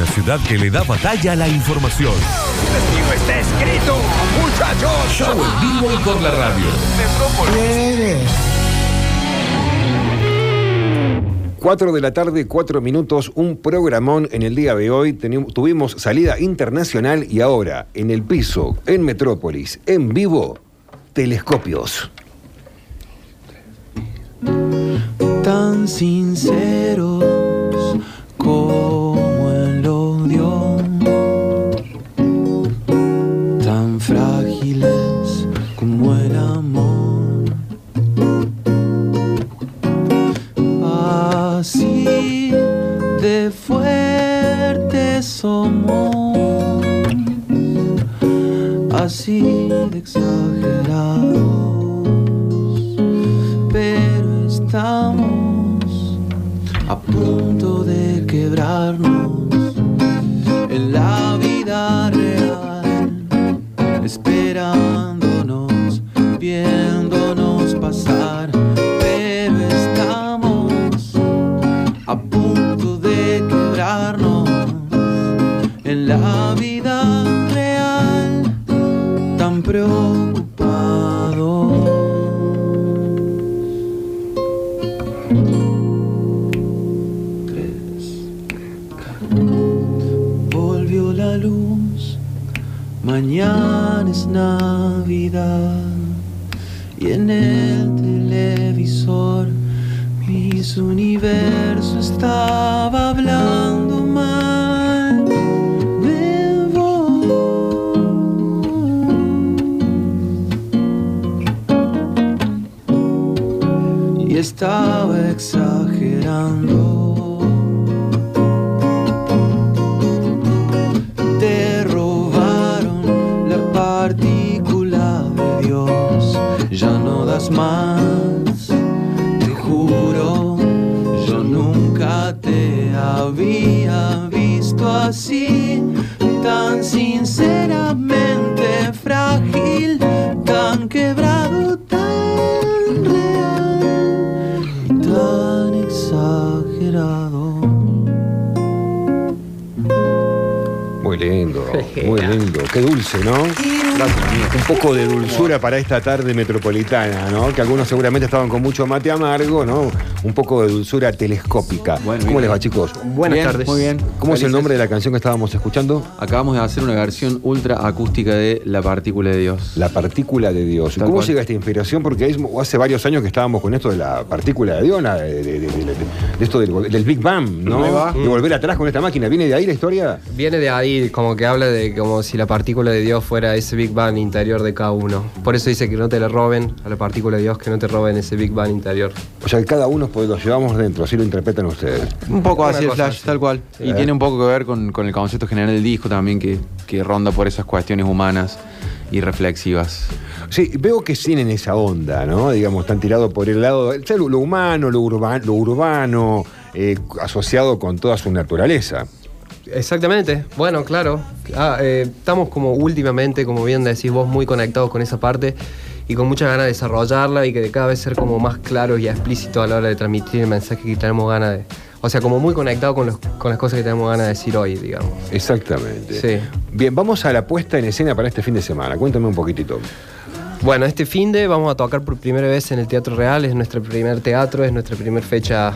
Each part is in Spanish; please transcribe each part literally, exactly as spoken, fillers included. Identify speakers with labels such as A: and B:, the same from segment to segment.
A: una ciudad que le da batalla a la información.
B: ¡Destino está escrito, muchachos!
A: Show en vivo y por la radio.
C: cuatro de la tarde, cuatro minutos, un programón en el día de hoy. Tenimos, tuvimos salida internacional y ahora, en el piso, en Metrópolis, en vivo, Telescopios.
D: Tan sinceros como el odio, tan frágiles como el amor. Así de fuertes somos, así de exagerados, pero estamos a punto de quebrarnos en la vida real, esperándonos, viéndonos pasar, pero estamos a punto de quebrarnos en la vida real, tan preocupados. Volvió la luz, mañana es Navidad y en el televisor Miss Universo estaba hablando mal de vos y estaba exagerando. Te robaron la partícula de Dios, ya no das más. Yo nunca te había visto así, tan sinceramente frágil, tan quebrado, tan real, tan exagerado.
C: Muy lindo, muy lindo. Qué dulce, ¿no? Un poco de dulzura para esta tarde metropolitana, ¿no? Que algunos seguramente estaban con mucho mate amargo, ¿no? Un poco de dulzura telescópica.
E: Bueno,
C: ¿Cómo
E: bien.
C: les va, chicos?
E: Buenas
D: Bien,
E: tardes.
D: muy bien.
C: ¿Cómo es el
E: Felices.
C: nombre de la canción que estábamos escuchando?
E: Acabamos de hacer una versión ultra acústica de La Partícula de Dios.
C: La partícula de Dios.
E: Tal
C: ¿Cómo
E: cual.
C: llega esta inspiración? Porque es- hace varios años que estábamos con esto de la partícula de Dios, la- de, de- de- de- de esto del, del Big Bang, ¿no?
E: Ahí va.
C: De volver atrás con esta máquina. ¿Viene de ahí la historia?
F: Viene de ahí, como que habla de como si la partícula de Dios fuera ese Big Bang interior de cada uno. Por eso dice que no te le roben a la partícula de Dios, que no te roben ese Big Bang interior.
C: O sea, que cada uno pues, lo llevamos dentro, así lo interpretan ustedes.
E: Un poco
F: Una
E: así el
F: cosa
E: Flash,
F: así.
E: tal cual. Y
C: Eh.
E: tiene un poco que ver con, con el concepto general del disco también, que, que ronda por esas cuestiones humanas y reflexivas.
C: Sí, veo que tienen esa onda, ¿no? Digamos, están tirados por el lado, o sea, lo, lo humano, lo, urba- lo urbano, eh, asociado con toda su naturaleza.
F: Exactamente, bueno, claro. Ah, eh, estamos como últimamente, como bien decís vos, muy conectados con esa parte y con muchas ganas de desarrollarla y que de cada vez ser como más claros y explícitos a la hora de transmitir el mensaje que tenemos ganas de... O sea, como muy conectado con, los, con las cosas que tenemos ganas de decir hoy, digamos.
C: Exactamente.
F: Sí.
C: Bien, vamos a la puesta en escena para este fin de semana. Cuéntame un poquitito.
F: Bueno, este fin de vamos a tocar por primera vez en el Teatro Real, es nuestro primer teatro, es nuestra primera fecha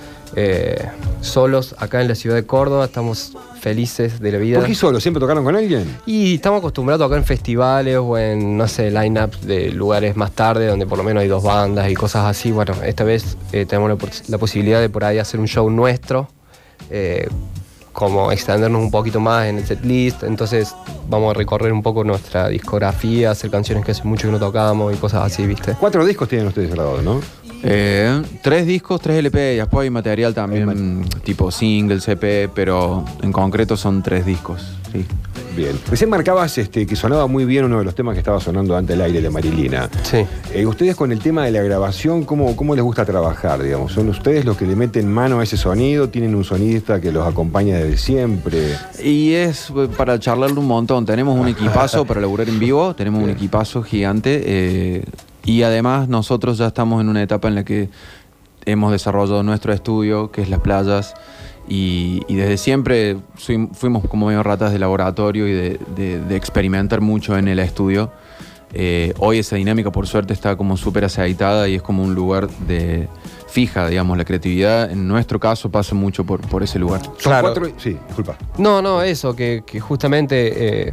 F: eh, solos acá en la ciudad de Córdoba, estamos felices de la vida.
C: ¿Por qué solo? ¿Siempre tocaron con alguien?
F: Y estamos acostumbrados a tocar en festivales o en, no sé, line-ups de lugares más tarde donde por lo menos hay dos bandas y cosas así. Bueno, esta vez eh, tenemos la, la posibilidad de por ahí hacer un show nuestro, eh, como extendernos un poquito más en el setlist. Entonces vamos a recorrer un poco nuestra discografía, hacer canciones que hace mucho que no tocamos y cosas así, ¿viste?
C: Cuatro discos tienen ustedes grabados, ¿no?
E: Eh, tres discos, tres L P, y después hay material también tipo single, C P, pero en concreto son tres discos. Sí.
C: Bien. Recién marcabas este, que sonaba muy bien uno de los temas que estaba sonando ante el aire de Marilina.
F: Sí.
C: Eh, ustedes con el tema de la grabación, ¿cómo, ¿cómo les gusta trabajar? Digamos? ¿Son ustedes los que le meten mano a ese sonido? ¿Tienen un sonidista que los acompaña desde siempre?
E: Y es eh, para charlarle un montón. Tenemos un equipazo para laburar en vivo, tenemos un equipazo gigante. Eh, y además nosotros ya estamos en una etapa en la que hemos desarrollado nuestro estudio, que es Las Playas, Y, y desde siempre fui, fuimos como medio ratas de laboratorio y de, de, de experimentar mucho en el estudio. Eh, hoy esa dinámica, por suerte, está como súper aceitada y es como un lugar de fija, digamos, la creatividad. En nuestro caso pasa mucho por, por ese lugar.
C: Son
F: Claro.
C: cuatro. Sí, disculpa.
F: No, no, eso, que, que justamente, eh,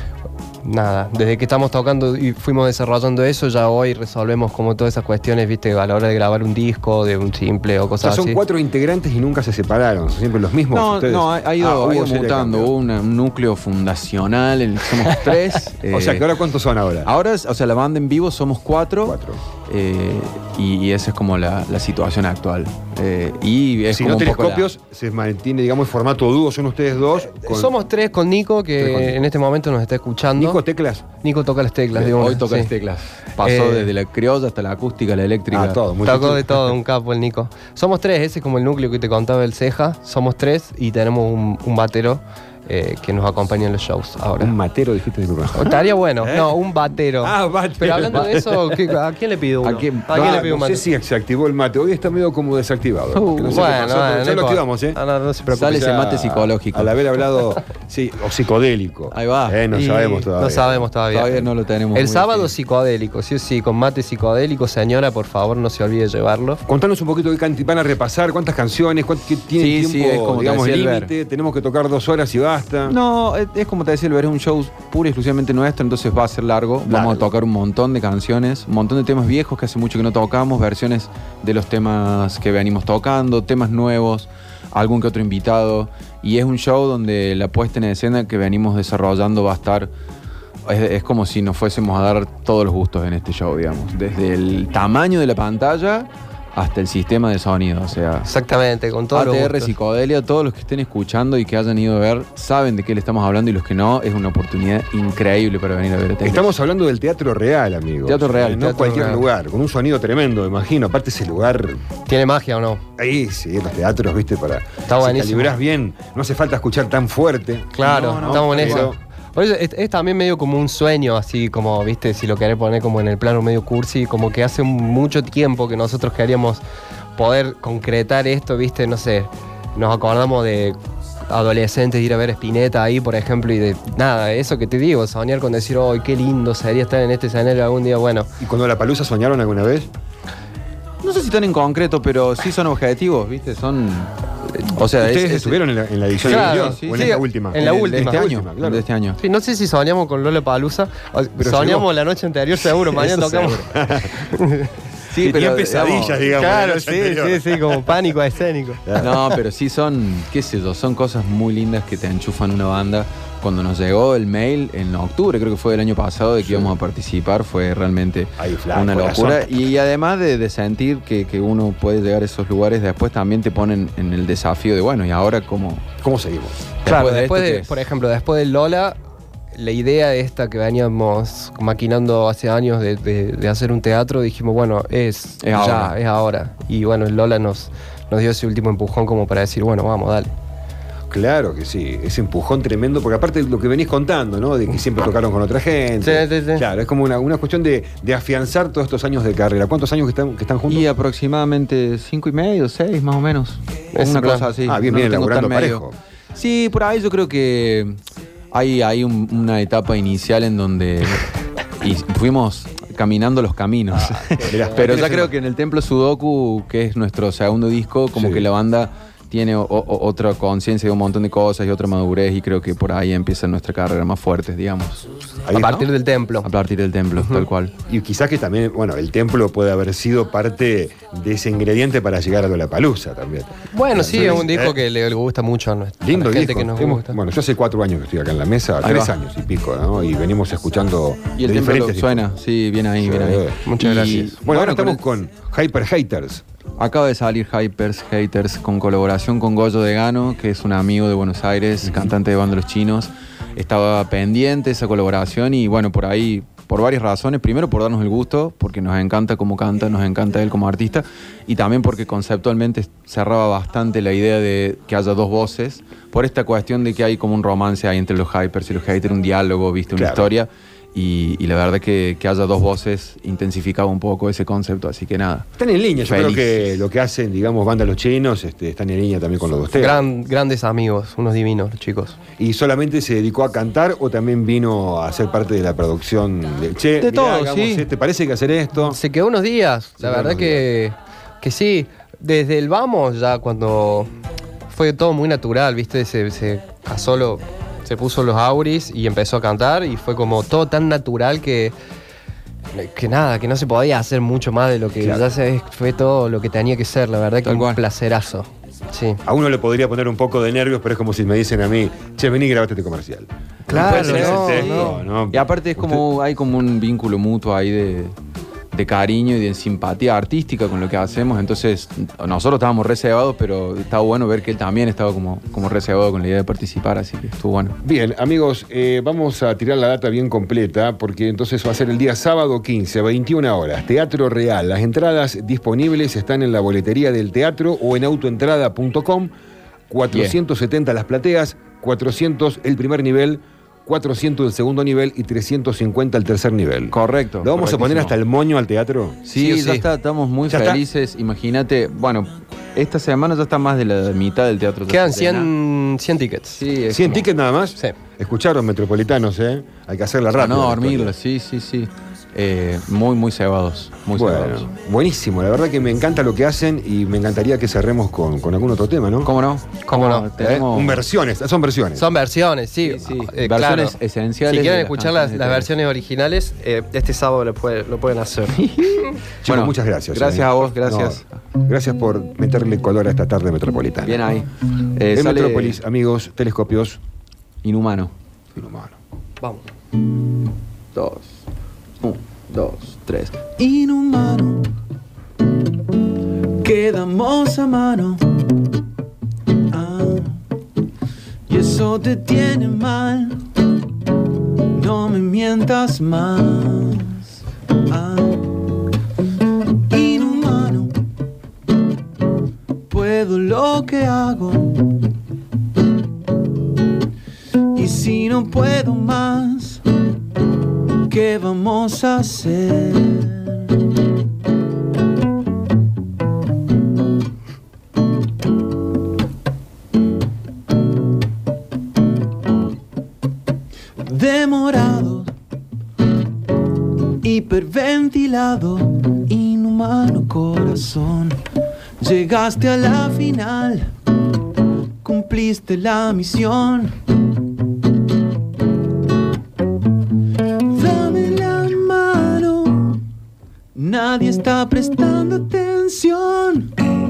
F: nada, desde que estamos tocando y fuimos desarrollando eso, ya hoy resolvemos como todas esas cuestiones, viste, a la hora de grabar un disco, de un simple o
C: O sea,
F: cosas
C: son
F: así.
C: cuatro integrantes y nunca se separaron. Son siempre los mismos.
E: No,
C: ustedes.
E: no, ha, ha ido,
C: Ah,
E: ha
C: hubo
E: ido
C: serie de
E: mutando.
C: cambios.
E: Hubo una- un núcleo fundacional, el- somos tres.
C: O sea,
E: eh,
C: que ahora ¿cuántos son ahora?
E: Ahora, es- o sea, la banda en vivo somos cuatro.
C: Cuatro.
E: eh, y, y esa es como la, la situación actual. Eh, y es
C: Si
E: como
C: no
E: un poco la-
C: telescopios, se mantiene, digamos, en formato dúo, son ustedes dos. con-
F: Somos tres con Nico, que
C: Tres con Nico.
F: en este momento nos está escuchando.
C: Nico, teclas.
F: Nico toca las teclas,
E: Eh,
F: digamos.
E: Hoy toca
F: sí.
E: las teclas. Pasó
F: Eh,
E: desde la criolla hasta la acústica, la eléctrica.
C: Ah, todo.
F: Tocó
C: multitud.
F: de todo, un capo el Nico. Somos tres, ese es como el núcleo que te contaba el Ceja. Somos tres y tenemos un, un batero eh, que nos acompaña en los shows ahora.
C: Un matero, dijiste, disculpa.
F: O estaría bueno.
C: ¿Eh?
F: No, un batero.
C: Ah, batero.
F: Pero hablando de eso, ¿qué- ¿a quién le pido uno?
E: ¿A quién?
F: ¿A quién
C: Ah,
F: le pido un
C: no sé
F: batero?
C: si se activó el mate. Hoy está medio como desactivado.
E: Uh,
C: Que no sé qué
F: Bueno,
C: pasó, pero
F: bueno,
C: ya
F: no
C: lo
F: importa.
C: activamos, ¿eh?
F: Ah, no, no se preocupe.
E: Sale ese
C: Ya,
E: mate psicológico.
C: Al haber hablado, sí, o psicodélico.
E: Ahí va.
C: Eh, no
F: Y
C: sabemos todavía.
F: No sabemos todavía.
E: Todavía no lo tenemos
F: El
E: muy
F: sábado
E: definido.
F: psicodélico, sí o sí, con mate psicodélico, señora, por favor, no se olvide llevarlo.
C: Contanos un poquito de qué van a repasar, cuántas canciones, cuánto que tiene
E: Sí, sí,
C: tiempo,
E: es como te
C: digamos,
E: decía el Ver.
C: límite. Tenemos que tocar dos horas y basta.
E: No, es, es como te decía, el ver es un show puro y exclusivamente nuestro, entonces va a ser largo.
C: Largo.
E: Vamos a tocar un montón de canciones, un montón de temas viejos que hace mucho que no tocamos, versiones de los temas que venimos tocando, temas nuevos, algún que otro invitado. Y es un show donde la puesta en escena que venimos desarrollando va a estar... Es, es como si nos fuésemos a dar todos los gustos en este show, digamos. Desde el tamaño de la pantalla hasta el sistema de sonido, o sea...
F: Exactamente, con todo
E: A T R, Psicodelia, todos los que estén escuchando y que hayan ido a ver saben de qué le estamos hablando y los que no, es una oportunidad increíble para venir a ver a Teclas.
C: Estamos hablando del teatro real, amigo.
E: Teatro real,
C: No
E: teatro
C: cualquier
F: real.
C: lugar, con un sonido tremendo, imagino. Aparte ese lugar,
F: ¿Tiene magia o no?
C: ahí sí, los teatros, viste, para...
F: Está
C: si
F: buenísimo.
C: calibrás bien, no hace falta escuchar tan fuerte.
F: Claro,
E: No, no,
F: estamos en
C: pero-
F: eso. Por eso es, es también medio como un sueño, así como, viste, si lo querés poner como en el plano medio cursi, como que hace mucho tiempo que nosotros queríamos poder concretar esto, viste, no sé, nos acordamos de adolescentes ir a ver Spinetta ahí, por ejemplo, y de nada, eso que te digo, soñar con decir, ¡ay, qué lindo sería estar en este escenario algún día! Bueno,
C: ¿Y cuando la Palusa soñaron alguna vez?
E: No sé si tan en concreto, pero sí son objetivos, ¿viste? Son... O sea,
C: ¿Ustedes
E: es- es-
C: estuvieron en la, en la edición
F: Claro,
C: anterior?
F: sí,
C: ¿O en
F: sí,
C: esta última?
F: en la
E: el de
F: última.
E: este año,
C: Última, claro.
E: el de este año.
F: sí, no sé si soñamos con Lola Palusa,
C: Pero
F: soñamos
C: seguro.
F: la noche anterior seguro, mañana
C: Eso
F: tocamos.
C: Sí, tenían pesadillas, digamos.
F: Claro,
C: la noche
F: sí,
C: anterior.
F: sí, sí, como pánico escénico.
E: No, pero sí son, qué sé yo, son cosas muy lindas que te enchufan una banda. Cuando nos llegó el mail en octubre, creo que fue del año pasado, de que íbamos a participar, fue realmente
C: Ahí, flaco,
E: una
C: corazón.
E: locura. Y además de, de sentir que, que uno puede llegar a esos lugares, después también te ponen en el desafío de, bueno, ¿y ahora cómo?
C: ¿Cómo seguimos?
F: Claro,
E: de
F: después
E: esto
F: de,
E: qué es?
F: por ejemplo, después del Lola, la idea esta que veníamos maquinando hace años de, de- de hacer un teatro, dijimos, bueno, es,
E: Es
F: ya,
E: ahora.
F: es ahora. Y bueno, el Lola nos, nos dio ese último empujón como para decir, bueno, vamos, dale.
C: Claro que sí, ese empujón tremendo, porque aparte de lo que venís contando, ¿no? De que siempre tocaron con otra gente.
F: Sí, sí, sí.
C: Claro, es como una, una cuestión de, de afianzar todos estos años de carrera. ¿Cuántos años que están, que están juntos?
E: Y aproximadamente cinco y medio, seis más o menos.
F: Es
E: una
F: un plan.
E: cosa así.
C: Ah, bien,
E: No
C: bien,
E: lo tengo
C: laburando
E: tan medio.
C: parejo.
E: Sí, por ahí yo creo que hay, hay un- una etapa inicial en donde y fuimos caminando los caminos.
C: mirá,
E: Pero ya
C: tenés
E: creo
C: el-
E: que en el Templo Sudoku, que es nuestro segundo disco, como
C: Sí.
E: que la banda tiene o- o- otra conciencia de un montón de cosas y otra madurez y creo que por ahí empieza nuestra carrera más fuerte, digamos.
C: Ahí
F: a
C: está.
F: partir del templo.
E: A partir del Templo, tal cual.
C: Y quizás que también, bueno, el templo puede haber sido parte de ese ingrediente para llegar a Lollapalooza también.
F: Bueno, sí, es un disco
C: Eh,
F: que le, le gusta mucho a, nuestra, a
C: Lindo
F: la gente
C: disco.
F: que nos
C: Hemos-
F: gusta.
C: Bueno, yo hace cuatro años que estoy acá en la mesa,
E: Ahí
C: tres
E: va.
C: años y pico, ¿no? Y venimos escuchando
E: Y el
C: de
E: Templo lo-
C: diferentes
E: suena, sí, bien ahí,
C: Sí.
E: bien ahí.
F: Muchas
E: Y,
F: gracias.
C: Bueno, ahora
E: con
C: estamos
E: el-
C: con Hyper Haters.
E: Acaba de salir Hypers Haters con colaboración con Goyo Degano, que es un amigo de Buenos Aires, cantante de Banda Los Chinos. Estaba pendiente esa colaboración y bueno, por ahí, por varias razones. Primero por darnos el gusto, porque nos encanta cómo canta, nos encanta él como artista. Y también porque conceptualmente cerraba bastante la idea de que haya dos voces. Por esta cuestión de que hay como un romance ahí entre los Hypers y los Haters, un diálogo, viste, una
C: Claro.
E: historia. Y, y la verdad que, que haya dos voces intensificaba un poco ese concepto, así que nada.
C: Están en línea, yo
E: Feliz.
C: creo que lo que hacen, digamos, Banda Los Chinos, este, están en línea también con los de ustedes.
F: Gran, grandes amigos, unos divinos, los chicos.
C: ¿Y solamente se dedicó a cantar o también vino a ser parte de la producción de Che?
F: De
C: mirá,
F: todo,
C: hagamos
F: sí.
C: este, ¿te parece que hacer esto?
F: Se quedó unos días,
C: Se
F: la
C: quedó
F: verdad
C: unos
F: que, que sí. Desde el vamos, ya cuando fue todo muy natural, ¿viste? Se, se casó, lo, se puso los auris y empezó a cantar y fue como todo tan natural que, que nada, que no se podía hacer mucho más de lo que
C: Claro.
F: ya se, fue todo lo que tenía que ser, la verdad que
E: Tal
F: un
E: cual.
F: placerazo. Sí.
C: A uno le podría poner un poco de nervios, pero es como si me dicen a mí, che, vení y grabate este comercial.
F: Claro,
C: Después tenés
F: no,
C: el texto,
F: no.
C: ¿no?
E: Y aparte es como, hay como un vínculo mutuo ahí de, de cariño y de simpatía artística con lo que hacemos. Entonces, nosotros estábamos reservados, pero estaba bueno ver que él también estaba como, como reservado con la idea de participar, así que estuvo bueno.
C: Bien, amigos, eh, vamos a tirar la data bien completa, porque entonces va a ser el día sábado quince, veintiuna horas, Teatro Real. Las entradas disponibles están en la boletería del teatro o en autoentrada punto com. cuatrocientos setenta las plateas, cuatrocientos el primer nivel, cuatrocientos el segundo nivel y trescientos cincuenta el tercer nivel.
E: Correcto.
C: ¿Lo vamos a poner hasta el moño al teatro?
E: Sí,
F: Sí o
E: ya
F: sí.
E: está, estamos muy
C: ¿Ya está?
E: felices. Imagínate, bueno, esta semana ya está más de la mitad del teatro.
F: Quedan
E: ya se llena.
F: cien, cien tickets.
E: Sí, es
C: ¿cien
E: como-
C: tickets nada más?
F: Sí.
C: Escucharon, metropolitanos, ¿eh? Hay que hacerla
E: Ah,
C: rápido.
E: no,
C: la
E: dormirla,
C: historia.
E: sí, sí, sí. Eh, muy, muy cebados. Muy
C: Bueno,
E: cebados.
C: buenísimo. La verdad que me encanta lo que hacen y me encantaría que cerremos con, con algún otro tema, ¿no?
E: ¿Cómo no?
F: ¿Cómo no?
C: ¿Eh?
E: Tenemos
C: Un versiones, son versiones.
F: Son versiones, sí.
E: Sí, sí.
F: Eh,
E: Versiones
F: claro.
E: esenciales
F: Si quieren
E: de las
F: escuchar las,
E: canciones de
F: las
E: teatro.
F: versiones originales, eh, este sábado lo, puede- lo pueden hacer.
C: Chicos, muchas gracias.
E: Gracias
C: ¿eh?
E: a vos, gracias.
C: No, gracias por meterle color a esta tarde metropolitana.
E: Bien ahí. Eh,
C: en
E: sale
C: Metrópolis, amigos, telescopios.
E: Inhumano.
C: Inhumano.
F: Vamos.
E: Dos. Un, dos, tres.
D: Inhumano, quedamos a mano. Ah, y eso te tiene mal. No me mientas más. Ah, inhumano, puedo lo que hago. Y si no puedo más, ¿qué vamos a hacer? Demorado, hiperventilado, inhumano corazón. Llegaste a la final, cumpliste la misión. Dame la mano, nadie está prestando atención.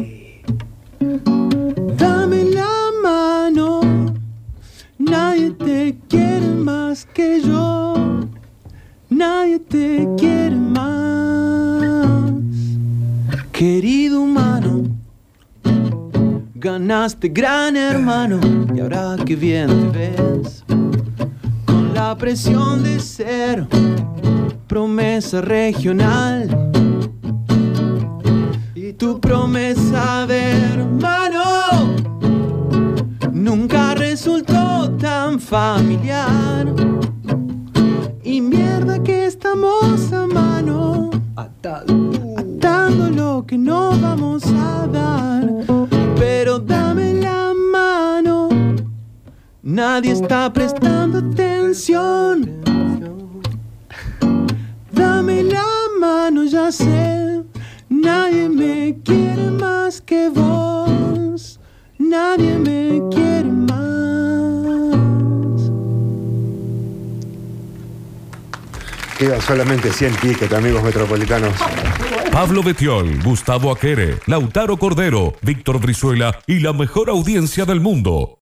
D: Dame la mano, nadie te quiere más que yo. Nadie te quiere más. Querido humano, ganaste gran hermano. Y ahora que bien te ves, con la presión de ser promesa regional y tu promesa de hermano nunca resultó tan familiar. Y mierda que estamos a mano, atando lo que no vamos a dar. Pero dame la mano, nadie está prestando atención. Dame la mano, ya sé, nadie me quiere más que vos. Nadie me quiere más.
C: Quedan solamente cien tickets, amigos metropolitanos.
A: Pablo Betiol, Gustavo Aquere, Lautaro Cordero, Víctor Brizuela y la mejor audiencia del mundo.